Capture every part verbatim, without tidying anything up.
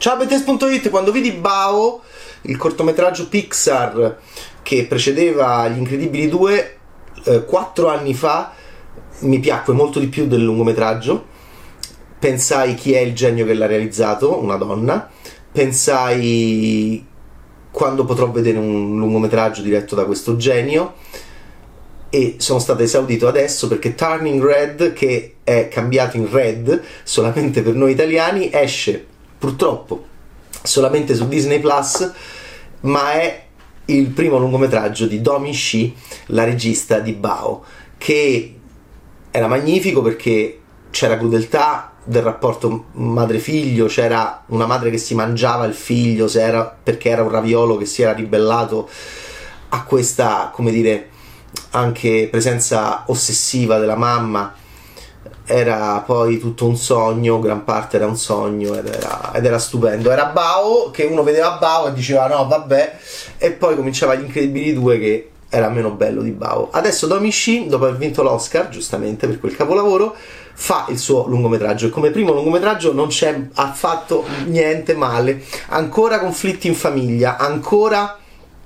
Ciao Bettes punto it, quando vidi Bao, il cortometraggio Pixar che precedeva Gli Incredibili due, eh, quattro anni fa, mi piacque molto di più del lungometraggio. Pensai chi è il genio che l'ha realizzato, una donna. Pensai quando potrò vedere un lungometraggio diretto da questo genio, e sono stato esaudito adesso perché Turning Red, che è cambiato in Red solamente per noi italiani, esce purtroppo solamente su Disney Plus, ma è il primo lungometraggio di Domee Shi, la regista di Bao, che era magnifico perché c'era crudeltà del rapporto madre-figlio, c'era una madre che si mangiava il figlio se era, perché era un raviolo che si era ribellato a questa, come dire, anche presenza ossessiva della mamma. Era poi tutto un sogno, gran parte era un sogno, ed era, ed era stupendo. Era Bao, che uno vedeva Bao e diceva no vabbè, e poi cominciava Gli Incredibili due che era meno bello di Bao. Adesso Domee Shi, dopo aver vinto l'Oscar giustamente per quel capolavoro, fa il suo lungometraggio, e come primo lungometraggio non c'è affatto niente male. Ancora conflitti in famiglia, ancora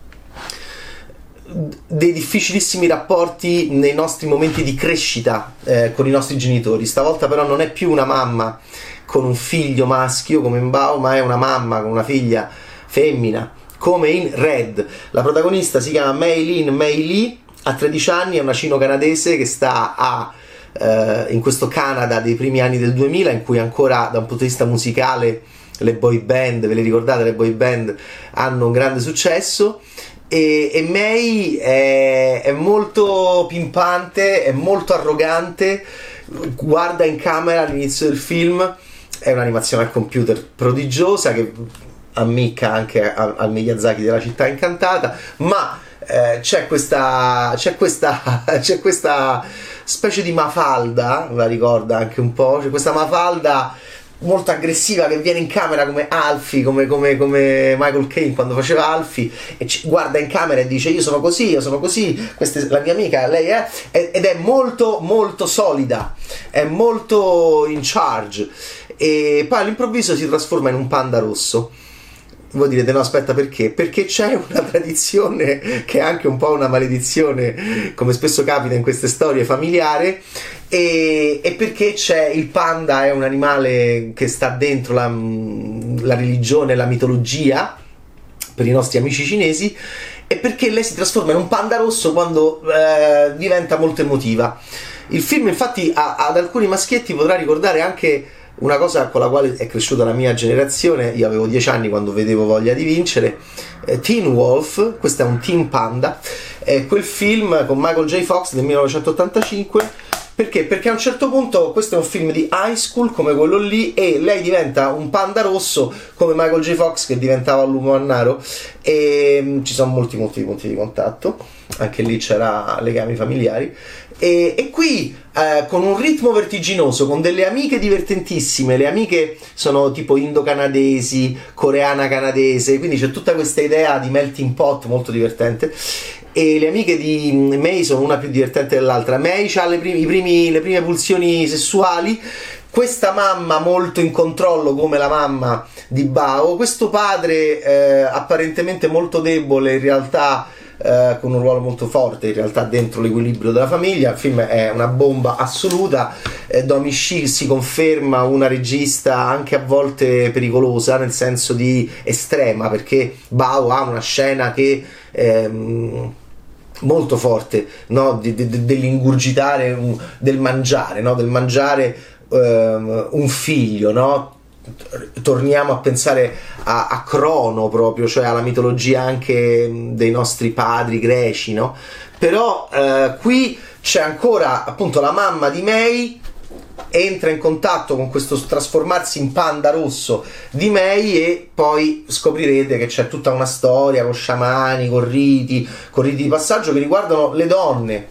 dei difficilissimi rapporti nei nostri momenti di crescita eh, con i nostri genitori. Stavolta però non è più una mamma con un figlio maschio come in Bao, ma è una mamma con una figlia femmina come in Red. La protagonista si chiama Mei Lin Mei Lee, ha tredici anni, è una cino-canadese che sta a Uh, in questo Canada dei primi anni del duemila, in cui ancora da un punto di vista musicale le boy band, ve le ricordate, le boy band hanno un grande successo, e, e Mei è, è molto pimpante, è molto arrogante, guarda in camera all'inizio del film, è un'animazione al computer prodigiosa che ammicca anche al Miyazaki della Città Incantata, ma eh, c'è questa c'è questa c'è questa specie di Mafalda, la ricorda anche un po', c'è questa Mafalda molto aggressiva che viene in camera come Alfie, come, come, come Michael Caine quando faceva Alfie, e ci guarda in camera e dice io sono così, io sono così, questa è la mia amica, lei è, ed è molto molto solida, è molto in charge, e poi all'improvviso si trasforma in un panda rosso. Voi direte no aspetta, perché? Perché c'è una tradizione che è anche un po' una maledizione, come spesso capita in queste storie, familiare, e, e perché c'è il panda, è un animale che sta dentro la, la religione, la mitologia per i nostri amici cinesi, e perché lei si trasforma in un panda rosso quando eh, diventa molto emotiva. Il film infatti a, ad alcuni maschietti potrà ricordare anche una cosa con la quale è cresciuta la mia generazione. Io avevo dieci anni quando vedevo Voglia di vincere, eh, Teen Wolf, questo è un teen panda, è quel film con Michael J. Fox del millenovecentottantacinque. Perché? Perché a un certo punto questo è un film di high school come quello lì, e lei diventa un panda rosso come Michael J. Fox che diventava l'uomo annaro, e mh, ci sono molti molti punti di contatto, anche lì c'era legami familiari, e, e qui eh, con un ritmo vertiginoso, con delle amiche divertentissime. Le amiche sono tipo indo-canadesi, coreana-canadese, quindi c'è tutta questa idea di melting pot molto divertente, e le amiche di Mei sono una più divertente dell'altra. Mei ha le, primi, i primi, le prime pulsioni sessuali, questa mamma molto in controllo come la mamma di Bao, questo padre eh, apparentemente molto debole, in realtà eh, con un ruolo molto forte in realtà dentro l'equilibrio della famiglia. Il film è una bomba assoluta. eh, Domee Shi si conferma una regista anche a volte pericolosa, nel senso di estrema, perché Bao ha una scena che ehm, molto forte, no? di, di, dell'ingurgitare, un, del mangiare, no? del mangiare um, un figlio, no? Torniamo a pensare a, a Crono proprio, cioè alla mitologia anche dei nostri padri greci, no? Però eh, qui c'è ancora appunto la mamma di Mei, entra in contatto con questo trasformarsi in panda rosso di Mei, e poi scoprirete che c'è tutta una storia con sciamani, con riti, con riti di passaggio che riguardano le donne.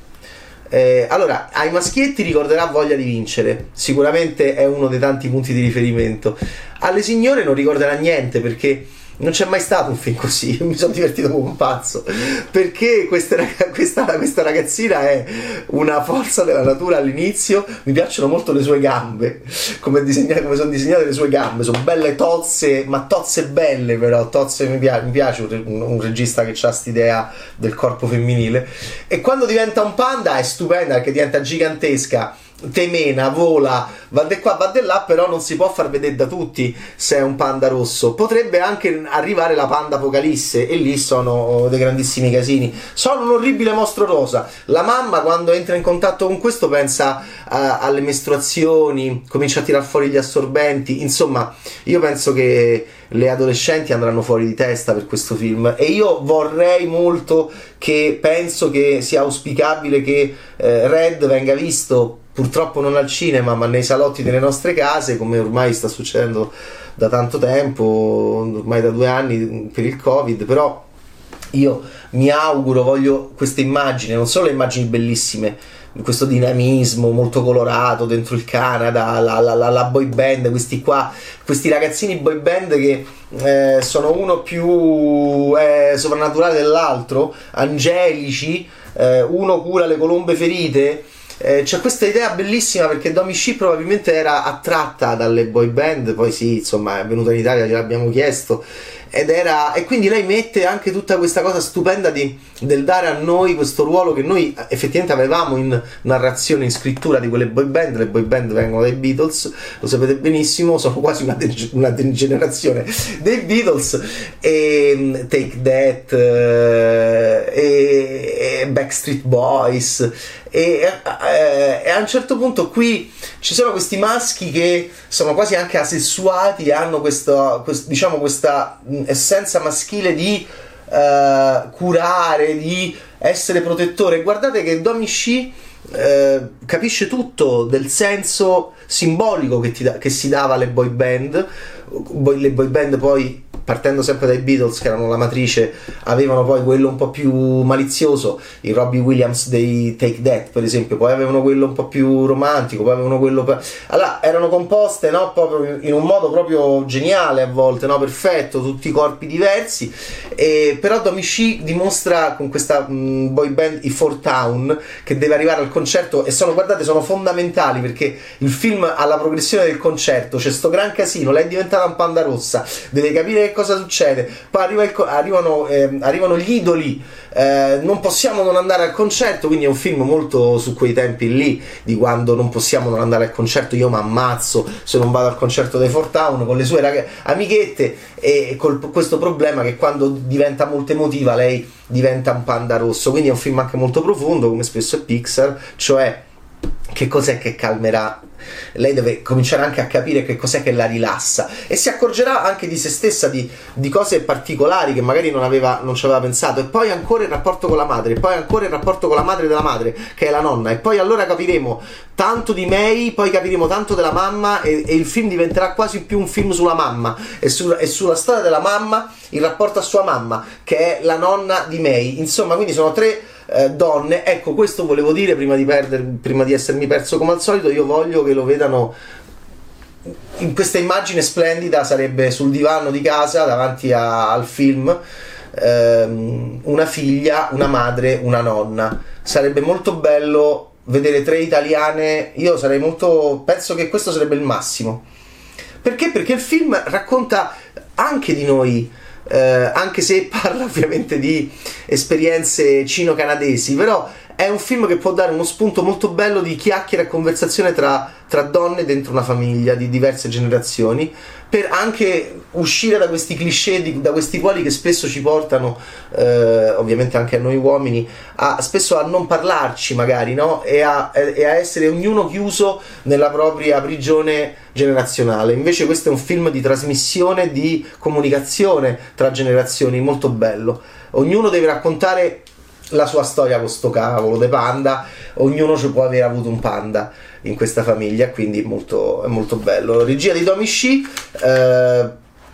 Eh, allora, ai maschietti ricorderà Voglia di vincere, sicuramente è uno dei tanti punti di riferimento. Alle signore non ricorderà niente, perché non c'è mai stato un film così, mi sono divertito come un pazzo, perché questa, questa, questa ragazzina è una forza della natura all'inizio. Mi piacciono molto le sue gambe, come, disegnate, come sono disegnate le sue gambe, sono belle tozze, ma tozze belle, però tozze, mi piace, mi piace un, un regista che ha quest'idea del corpo femminile. E quando diventa un panda è stupenda, perché diventa gigantesca, temena, vola, va di qua, va di là, però non si può far vedere da tutti se è un panda rosso. Potrebbe anche arrivare la panda apocalisse, e lì sono dei grandissimi casini. Sono un orribile mostro rosa. La mamma, quando entra in contatto con questo, pensa a, alle mestruazioni, comincia a tirar fuori gli assorbenti. Insomma, io penso che le adolescenti andranno fuori di testa per questo film, e io vorrei molto, che penso che sia auspicabile che eh, Red venga visto, purtroppo non al cinema, ma nei salotti delle nostre case, come ormai sta succedendo da tanto tempo, ormai da due anni per il Covid. Però io mi auguro, voglio queste immagini, non solo le immagini bellissime, questo dinamismo molto colorato dentro il Canada, la, la, la, la boy band, questi qua, questi ragazzini boy band che eh, sono uno più eh, sovrannaturale dell'altro, angelici, eh, uno cura le colombe ferite. Eh, c'è questa idea bellissima, perché Domi Shi probabilmente era attratta dalle boy band, poi sì, insomma, è venuta in Italia, gliel'abbiamo chiesto, ed era, e quindi lei mette anche tutta questa cosa stupenda di, del dare a noi questo ruolo che noi effettivamente avevamo in narrazione, in scrittura di quelle boy band. Le boy band vengono dai Beatles, lo sapete benissimo, sono quasi una, de- una degenerazione dei Beatles, e Take That, eh, e, e Backstreet Boys, e, e, e a un certo punto qui ci sono questi maschi che sono quasi anche asessuati e hanno questo, questo, diciamo, questa essenza maschile di uh, curare, di essere protettore. Guardate che Domi Shi uh, capisce tutto del senso simbolico che, ti da, che si dava alle boy band. Le boy band poi, partendo sempre dai Beatles, che erano la matrice, avevano poi quello un po' più malizioso, i Robbie Williams dei Take That per esempio, poi avevano quello un po' più romantico, poi avevano quello per... allora erano composte, no, proprio in un modo proprio geniale, a volte, no, perfetto, tutti i corpi diversi. E però Domi Shi dimostra con questa mh, boy band, i Four Town, che deve arrivare al concerto, e sono, guardate, sono fondamentali, perché il film, alla progressione del concerto, c'è sto gran casino, lei è diventata un panda rossa, deve capire che cosa succede, poi arriva il, arrivano, eh, arrivano gli idoli, eh, non possiamo non andare al concerto, quindi è un film molto su quei tempi lì, di quando non possiamo non andare al concerto, io mi ammazzo se non vado al concerto dei Four Town, con le sue rag- amichette, e col, questo problema che quando diventa molto emotiva lei diventa un panda rosso. Quindi è un film anche molto profondo, come spesso è Pixar, cioè che cos'è che calmerà. Lei deve cominciare anche a capire che cos'è che la rilassa, e si accorgerà anche di se stessa, di, di cose particolari che magari non aveva, non ci aveva pensato. E poi ancora il rapporto con la madre, e poi ancora il rapporto con la madre della madre, che è la nonna, e poi allora capiremo tanto di May, poi capiremo tanto della mamma, e, e il film diventerà quasi più un film sulla mamma e, su, e sulla storia della mamma, il rapporto a sua mamma, che è la nonna di May. Insomma, quindi sono tre Eh, donne. Ecco, questo volevo dire prima di perdere, prima di essermi perso come al solito. Io voglio che lo vedano in questa immagine splendida, sarebbe sul divano di casa davanti a, al film, ehm, una figlia, una madre, una nonna. Sarebbe molto bello vedere tre italiane. Io sarei molto, penso che questo sarebbe il massimo. Perché? Perché il film racconta anche di noi, Eh, anche se parla ovviamente di esperienze cino-canadesi, però è un film che può dare uno spunto molto bello di chiacchiera e conversazione tra, tra donne dentro una famiglia di diverse generazioni, per anche uscire da questi cliché, di, da questi ruoli che spesso ci portano, eh, ovviamente anche a noi uomini, a, spesso a non parlarci magari, no? E a, e a essere ognuno chiuso nella propria prigione generazionale. Invece questo è un film di trasmissione, di comunicazione tra generazioni, molto bello. Ognuno deve raccontare la sua storia con sto cavolo de panda, ognuno ci può aver avuto un panda in questa famiglia, quindi molto, è molto bello. Regia di Domi Shi, eh,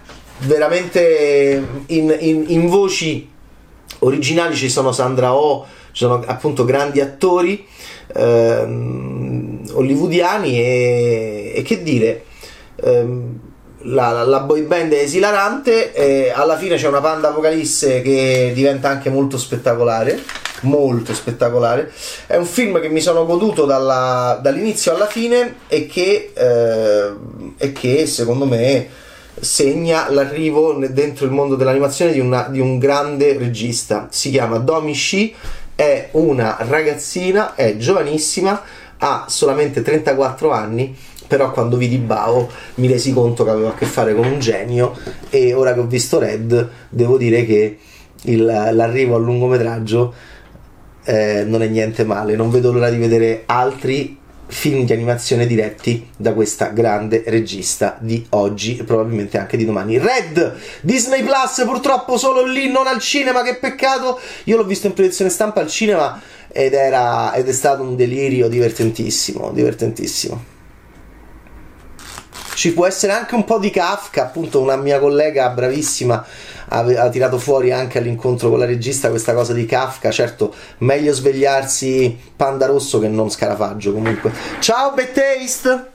veramente in, in, in voci originali ci sono Sandra Oh, ci sono appunto grandi attori ehm, hollywoodiani, e, e che dire, ehm, la, la, la boy band è esilarante, e alla fine c'è una Panda Apocalisse che diventa anche molto spettacolare, molto spettacolare. È un film che mi sono goduto dalla, dall'inizio alla fine e che, eh, e che secondo me segna l'arrivo dentro il mondo dell'animazione di, una, di un grande regista. Si chiama Domee Shi, è una ragazzina, è giovanissima, ha solamente trentaquattro anni, però quando vidi Bao mi resi conto che avevo a che fare con un genio, e ora che ho visto Red devo dire che il, l'arrivo al lungometraggio eh, non è niente male. Non vedo l'ora di vedere altri film di animazione diretti da questa grande regista di oggi e probabilmente anche di domani. Red, Disney Plus, purtroppo solo lì, non al cinema, che peccato. Io l'ho visto in proiezione stampa al cinema ed era ed è stato un delirio divertentissimo, divertentissimo. Ci può essere anche un po' di Kafka, appunto una mia collega bravissima ha, ha tirato fuori anche all'incontro con la regista questa cosa di Kafka. Certo, meglio svegliarsi Panda Rosso che non Scarafaggio. Comunque, ciao Bad Taste!